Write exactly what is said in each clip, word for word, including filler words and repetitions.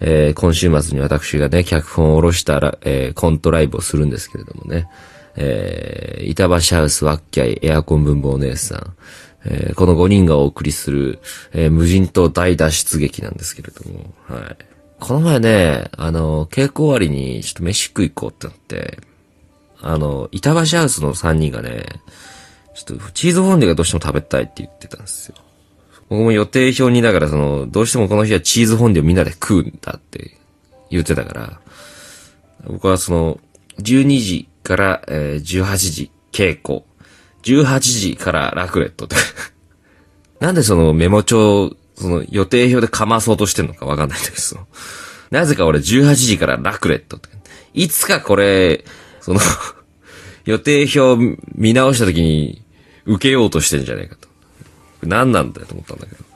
えー、今週末に私がね、脚本を下ろしたら、えー、コントライブをするんですけれどもね、えー、板橋ハウスワッキャイエアコン文房姉さん、えー、このごにんがお送りする、えー、無人島大脱出劇なんですけれども、はい。この前ね、あの、稽古終わりにちょっと飯食い行こうってなって、あの、板橋ハウスのさんにんがね、ちょっとチーズフォンデュがどうしても食べたいって言ってたんですよ。僕も予定表にいながら、その、どうしてもこの日はチーズフォンデュをみんなで食うんだって言ってたから、僕はその、じゅうにじから、えー、じゅうはちじ稽古、じゅうはちじからラクレットって。なんでそのメモ帳、その予定表でかまそうとしてんのかわかんないんだけど、なぜか俺じゅうはちじからラクレットって。いつかこれ、その、予定表見直した時に受けようとしてんじゃねえかと。何なんだよと思ったんだけど。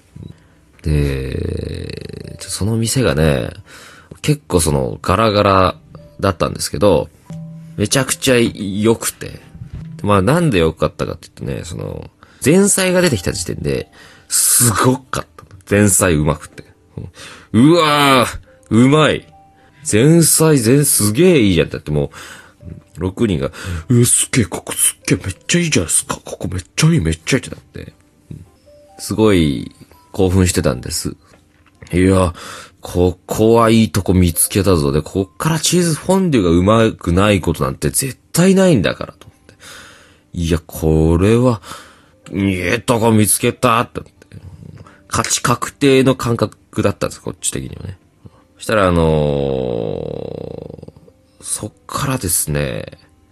で、その店がね、結構そのガラガラだったんですけど、めちゃくちゃ良くて。まあなんで良かったかって言ってね、その、前菜が出てきた時点で、すごかった。前菜うまくて。うわー、うまい。前菜全すげえいいじゃん。だってもう、ろくにんが、え、すっげえ、ここすっげえ、めっちゃいいじゃないですか。ここめっちゃいい、めっちゃいいってなって。すごい興奮してたんです。いや、ここはいいとこ見つけたぞ。で、こっからチーズフォンデュがうまくないことなんて絶対ないんだからと思って。いや、これは、いいとこ見つけたって思って。勝ち確定の感覚だったんです、こっち的にはね。そしたらあのー、そっからですね、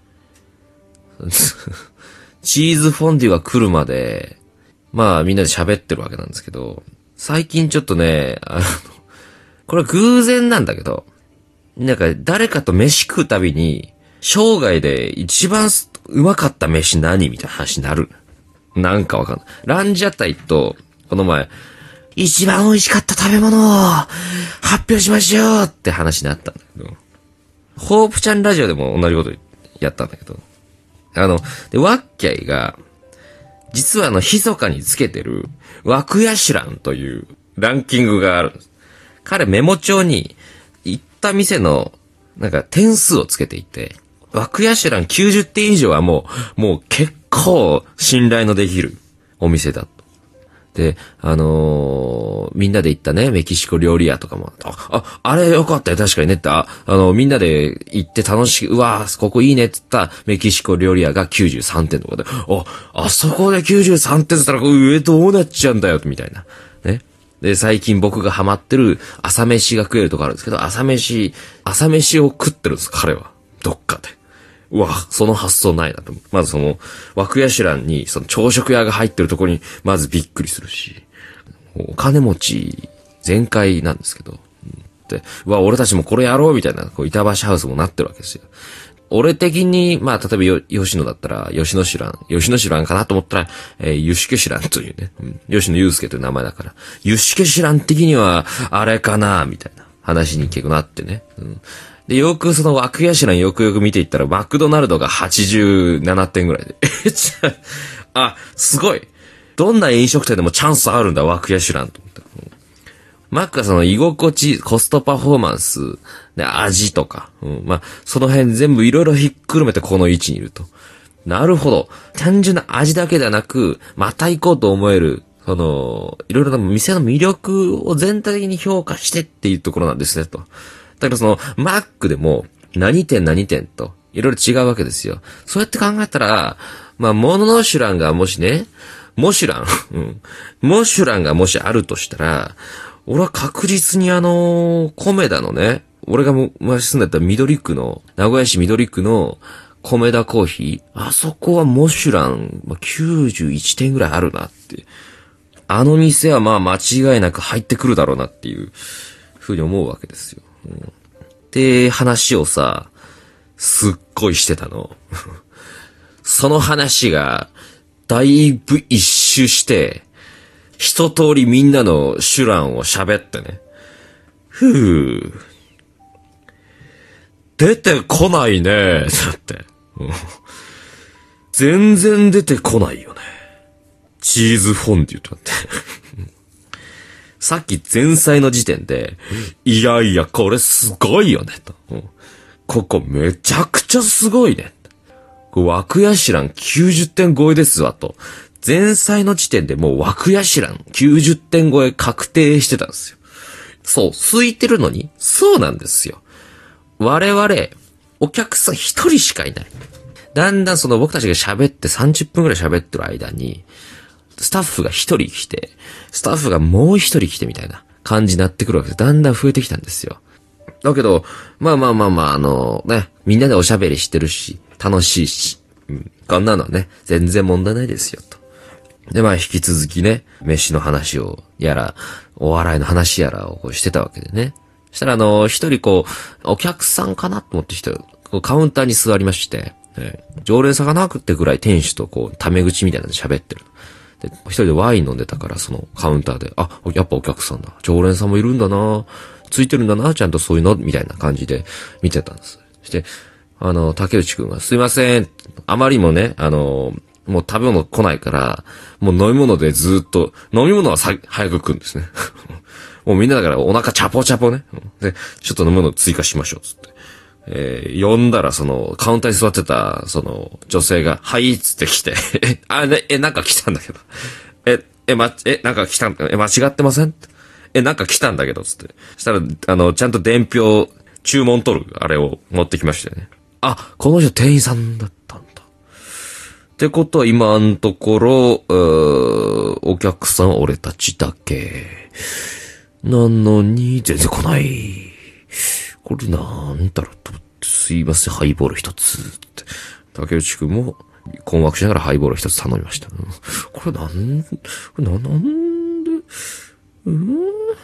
チーズフォンデュが来るまで、まあみんなで喋ってるわけなんですけど、最近ちょっとね、あの、これは偶然なんだけど、なんか誰かと飯食うたびに、生涯で一番うまかった飯何みたいな話になる。なんかわかんない。ランジャタイと、この前、一番美味しかった食べ物を発表しましょうって話になったんだけど、ホープちゃんラジオでも同じことやったんだけど、あの、で、ワッキャイが、実はあの、密かにつけてる、ワクヤシュランというランキングがあるんです。彼メモ帳に、行った店の、なんか点数をつけていて、ワクヤシュランきゅうじゅってん以上はもう、もう結構信頼のできるお店だと。で、あのー、みんなで行ったね、メキシコ料理屋とかも、あ、あ、あれよかったよ、確かにねって、あ、あの、みんなで行って楽しい、うわー、ここいいねって言ったメキシコ料理屋がきゅうじゅうさんてんとかで、あ、あそこできゅうじゅうさんてんって言ったら、上どうなっちゃうんだよ、みたいな。ね。で、最近僕がハマってる朝飯が食えるとこあるんですけど、朝飯、朝飯を食ってるんです、彼は。どっかで。うわ、その発想ないなと思う。まずその、ワクヤシュランに、その朝食屋が入ってるところに、まずびっくりするし、お金持ち全開なんですけど、で、うわ、俺たちもこれやろうみたいな、こう、板橋ハウスもなってるわけですよ。俺的に、まあ、例えばよ、吉野だったら、吉野シュラン、吉野シュランかなと思ったら、えー、ユシケシュランというね、うん、吉野祐介という名前だから、ユシケシュラン的には、あれかなみたいな話に結構なってね。うんで、よくそのワクヤシュランよくよく見ていったら、マクドナルドがはちじゅうななてんぐらいで。え、ちゃ、あ、すごい。どんな飲食店でもチャンスあるんだ、ワクヤシュランと思った。マックはその居心地、コストパフォーマンス、で味とか、うん、まあ、その辺全部いろいろひっくるめてこの位置にいると。なるほど。単純な味だけではなく、また行こうと思える、その、いろいろな店の魅力を全体的に評価してっていうところなんですね、と。だからその、マックでも、何店何店と、いろいろ違うわけですよ。そうやって考えたら、まあ、モノシュランがもしね、モシュラン、うん。モシュランがもしあるとしたら、俺は確実にあの、コメダのね、俺が昔住んでた緑区の、名古屋市緑区の、コメダコーヒー、あそこはモシュラン、まあ、きゅうじゅういってんぐらいあるなって。あの店はまあ間違いなく入ってくるだろうなっていう、ふうに思うわけですよ。うん、って話をさ、すっごいしてたの。その話が、だいぶ一周して、一通りみんなのシュランを喋ってね。ふぅ。出てこないね、だって。全然出てこないよね。チーズフォンデュとかって。 さっき前菜の時点で、いやいや、これすごいよね、と。うん、ここめちゃくちゃすごいね。これ枠やしらんきゅうじゅってん超えですわ、と。前菜の時点でもう枠やしらんきゅうじゅってん超え確定してたんですよ。そう、空いてるのに、そうなんですよ。我々、お客さん一人しかいない。だんだんその僕たちが喋ってさんじゅっぷんくらい喋ってる間に、スタッフが一人来て、スタッフがもう一人来てみたいな感じになってくるわけで、だんだん増えてきたんですよ。だけど、まあまあまあまあ、あのね、みんなでおしゃべりしてるし、楽しいし、うん、こんなのはね、全然問題ないですよ、と。で、まあ引き続きね、飯の話をやら、お笑いの話やらをこうしてたわけでね。そしたらあの、一人こう、お客さんかなと思って人、こうカウンターに座りまして、ね、常連さんがなくってぐらい店主とこう、タメ口みたいなので喋ってる。で、一人でワイン飲んでたから、そのカウンターで、あ、やっぱお客さんだ。常連さんもいるんだな、ついてるんだな、ちゃんとそういうの、みたいな感じで見てたんです。そして、あの、竹内くんが、すいません。あまりもね、あの、もう食べ物来ないから、もう飲み物でずっと、飲み物はさ早く食うんですね。もうみんなだからお腹チャポチャポね。で、ちょっと飲み物追加しましょう、つって。えー、呼んだらその、カウンターに座ってた、その、女性が、はい、つって来て、え、あ、ね、え、なんか来たんだけど。え、え、ま、え、なんか来たんだ、え、間違ってません？え、なんか来たんだけど、つって。そしたら、あの、ちゃんと伝票、注文取る、あれを持ってきましたよね。あ、この人店員さんだったんだ。ってことは今のところ、お客さん俺たちだけ。なのに、全然来ない。これなんだろうと思って、すいません、ハイボール一つ。って。竹内くんも困惑しながらハイボール一つ頼みました。これなん、これな、なんで、うん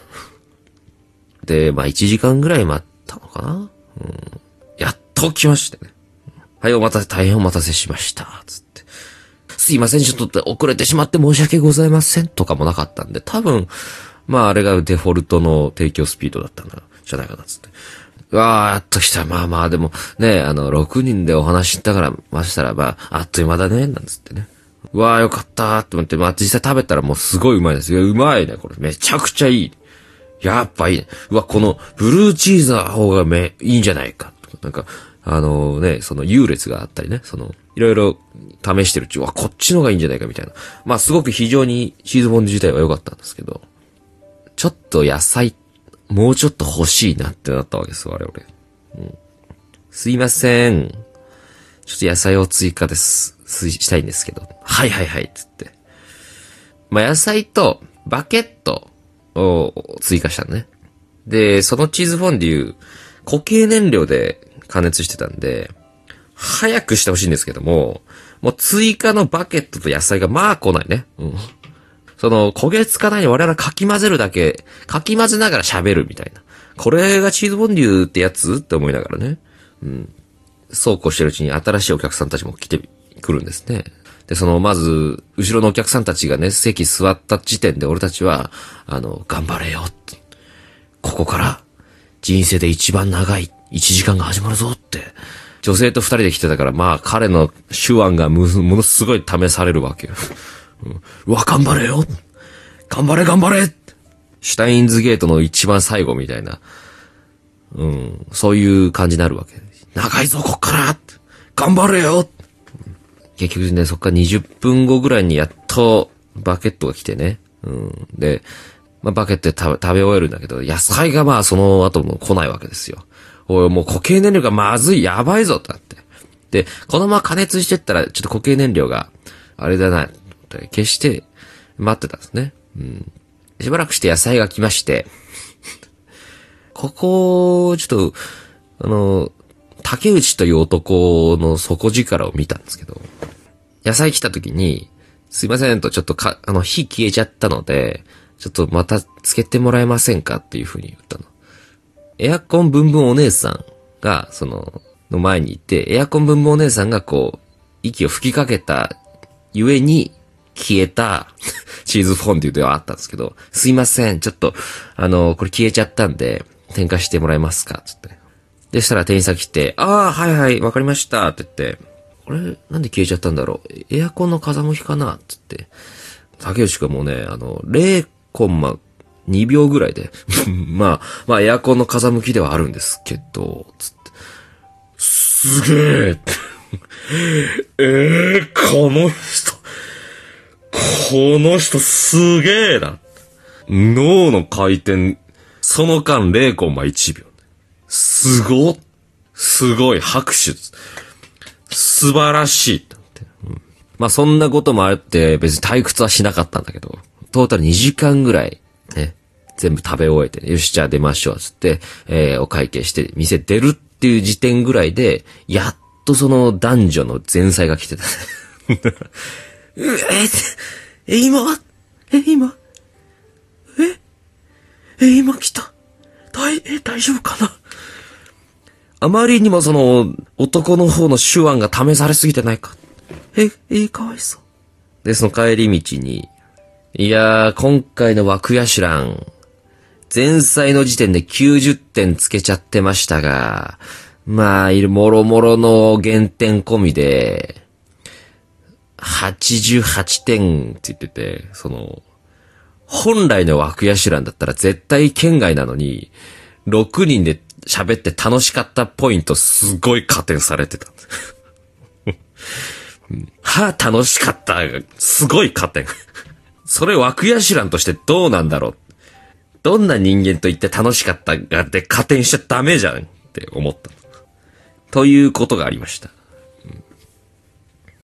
で、まあ一時間ぐらい待ったのかな、うん、やっと来ましてね。はい、お待たせ、大変お待たせしました。つって。すいません、ちょっと遅れてしまって申し訳ございません。とかもなかったんで、多分、まああれがデフォルトの提供スピードだったんじゃないかな、つって。うわー、やっと来た。まあまあ、でも、ね、あの、ろくにんでお話ししたから、ましたら、まあ、あっという間だね、なんつってね。うわー、よかったーって思って、まあ実際食べたらもうすごいうまいです。いや、うまいね、これ。めちゃくちゃいい。やっぱいいね。うわ、この、ブルーチーズの方がめ、いいんじゃないか。なんか、あのね、その優劣があったりね、その、いろいろ試してるうち、うわ、こっちの方がいいんじゃないかみたいな。まあすごく非常にチーズフォンデュ自体は良かったんですけど、ちょっと野菜、もうちょっと欲しいなってなったわけです、我々。うん、すいません。ちょっと野菜を追加です。したいんですけど。はいはいはい、つって。まあ野菜とバケットを追加したのね。で、そのチーズフォンデュ、固形燃料で加熱してたんで、早くしてほしいんですけども、もう追加のバケットと野菜がまあ来ないね。うん。その焦げつかないように我々かき混ぜるだけ、かき混ぜながら喋るみたいな。これがチーズフォンデュってやつって思いながらね。うん。そうこうしてるうちに新しいお客さんたちも来てくるんですね。で、その、まず、後ろのお客さんたちがね、席座った時点で俺たちは、あの、頑張れよって。ここから、人生で一番長い一時間が始まるぞって。女性と二人で来てたから、まあ、彼の手腕がものすごい試されるわけよ。うん、うわ、頑張れよ頑張れ頑張れシュタインズゲートの一番最後みたいな。うん、そういう感じになるわけ。長いぞ、こっから頑張れよ結局ね、そっからにじゅっぷんごぐらいにやっとバケットが来てね。うん。で、まあ、バケットで食べ、食べ終えるんだけど、野菜がまあその後も来ないわけですよ。おい、もう固形燃料がまずい、やばいぞってなって。で、このまま加熱してったら、ちょっと固形燃料が、あれだな、消して待ってたんですね。うん。しばらくして野菜が来まして、ここ、ちょっと、あの、竹内という男の底力を見たんですけど、野菜来た時に、すいませんとちょっとか、あの、火消えちゃったので、ちょっとまたつけてもらえませんかっていう風に言ったの。エアコンブンブンお姉さんが、その、の前にいて、エアコンブンブンお姉さんがこう、息を吹きかけたゆえに消えたチーズフォンデュではあったんですけど、すいません、ちょっと、あの、これ消えちゃったんで、添加してもらえますかつって。で、したら店員さん来て、ああ、はいはい、わかりましたって言って、これ、なんで消えちゃったんだろうエアコンの風向きかなつって。竹内くんもね、あの、ゼロコンマにびょうぐらいで。まあ、まあエアコンの風向きではあるんですけど、つって。すげええー、この人、この人すげえな。脳の回転、その間 ゼロコンマいちびょう。すごっ。すごい、拍手。素晴らしい。うん、まあそんなこともあって別に退屈はしなかったんだけど、トータルにじかんぐらいね、全部食べ終えて、よしじゃあ出ましょうつって、えー、お会計して店出るっていう時点ぐらいで、やっとその男女の前菜が来てた。え、え、今え、今え、え、今来た。大、え、大丈夫かな。あまりにもその、男の方の手腕が試されすぎてないか。え、え、かわいそう。で、その帰り道に、いやー、今回の枠やしらん、前菜の時点できゅうじゅってんつけちゃってましたが、まあ、いるもろもろの減点込みで、はちじゅうはってんって言ってて、その、本来の枠やしらんだったら絶対県外なのに、ろくにんで喋って楽しかったポイントすごい加点されてた。はぁ、楽しかった。すごい加点。それ枠やしらんとしてどうなんだろう。どんな人間と言って楽しかったがって加点しちゃダメじゃんって思った。ということがありました。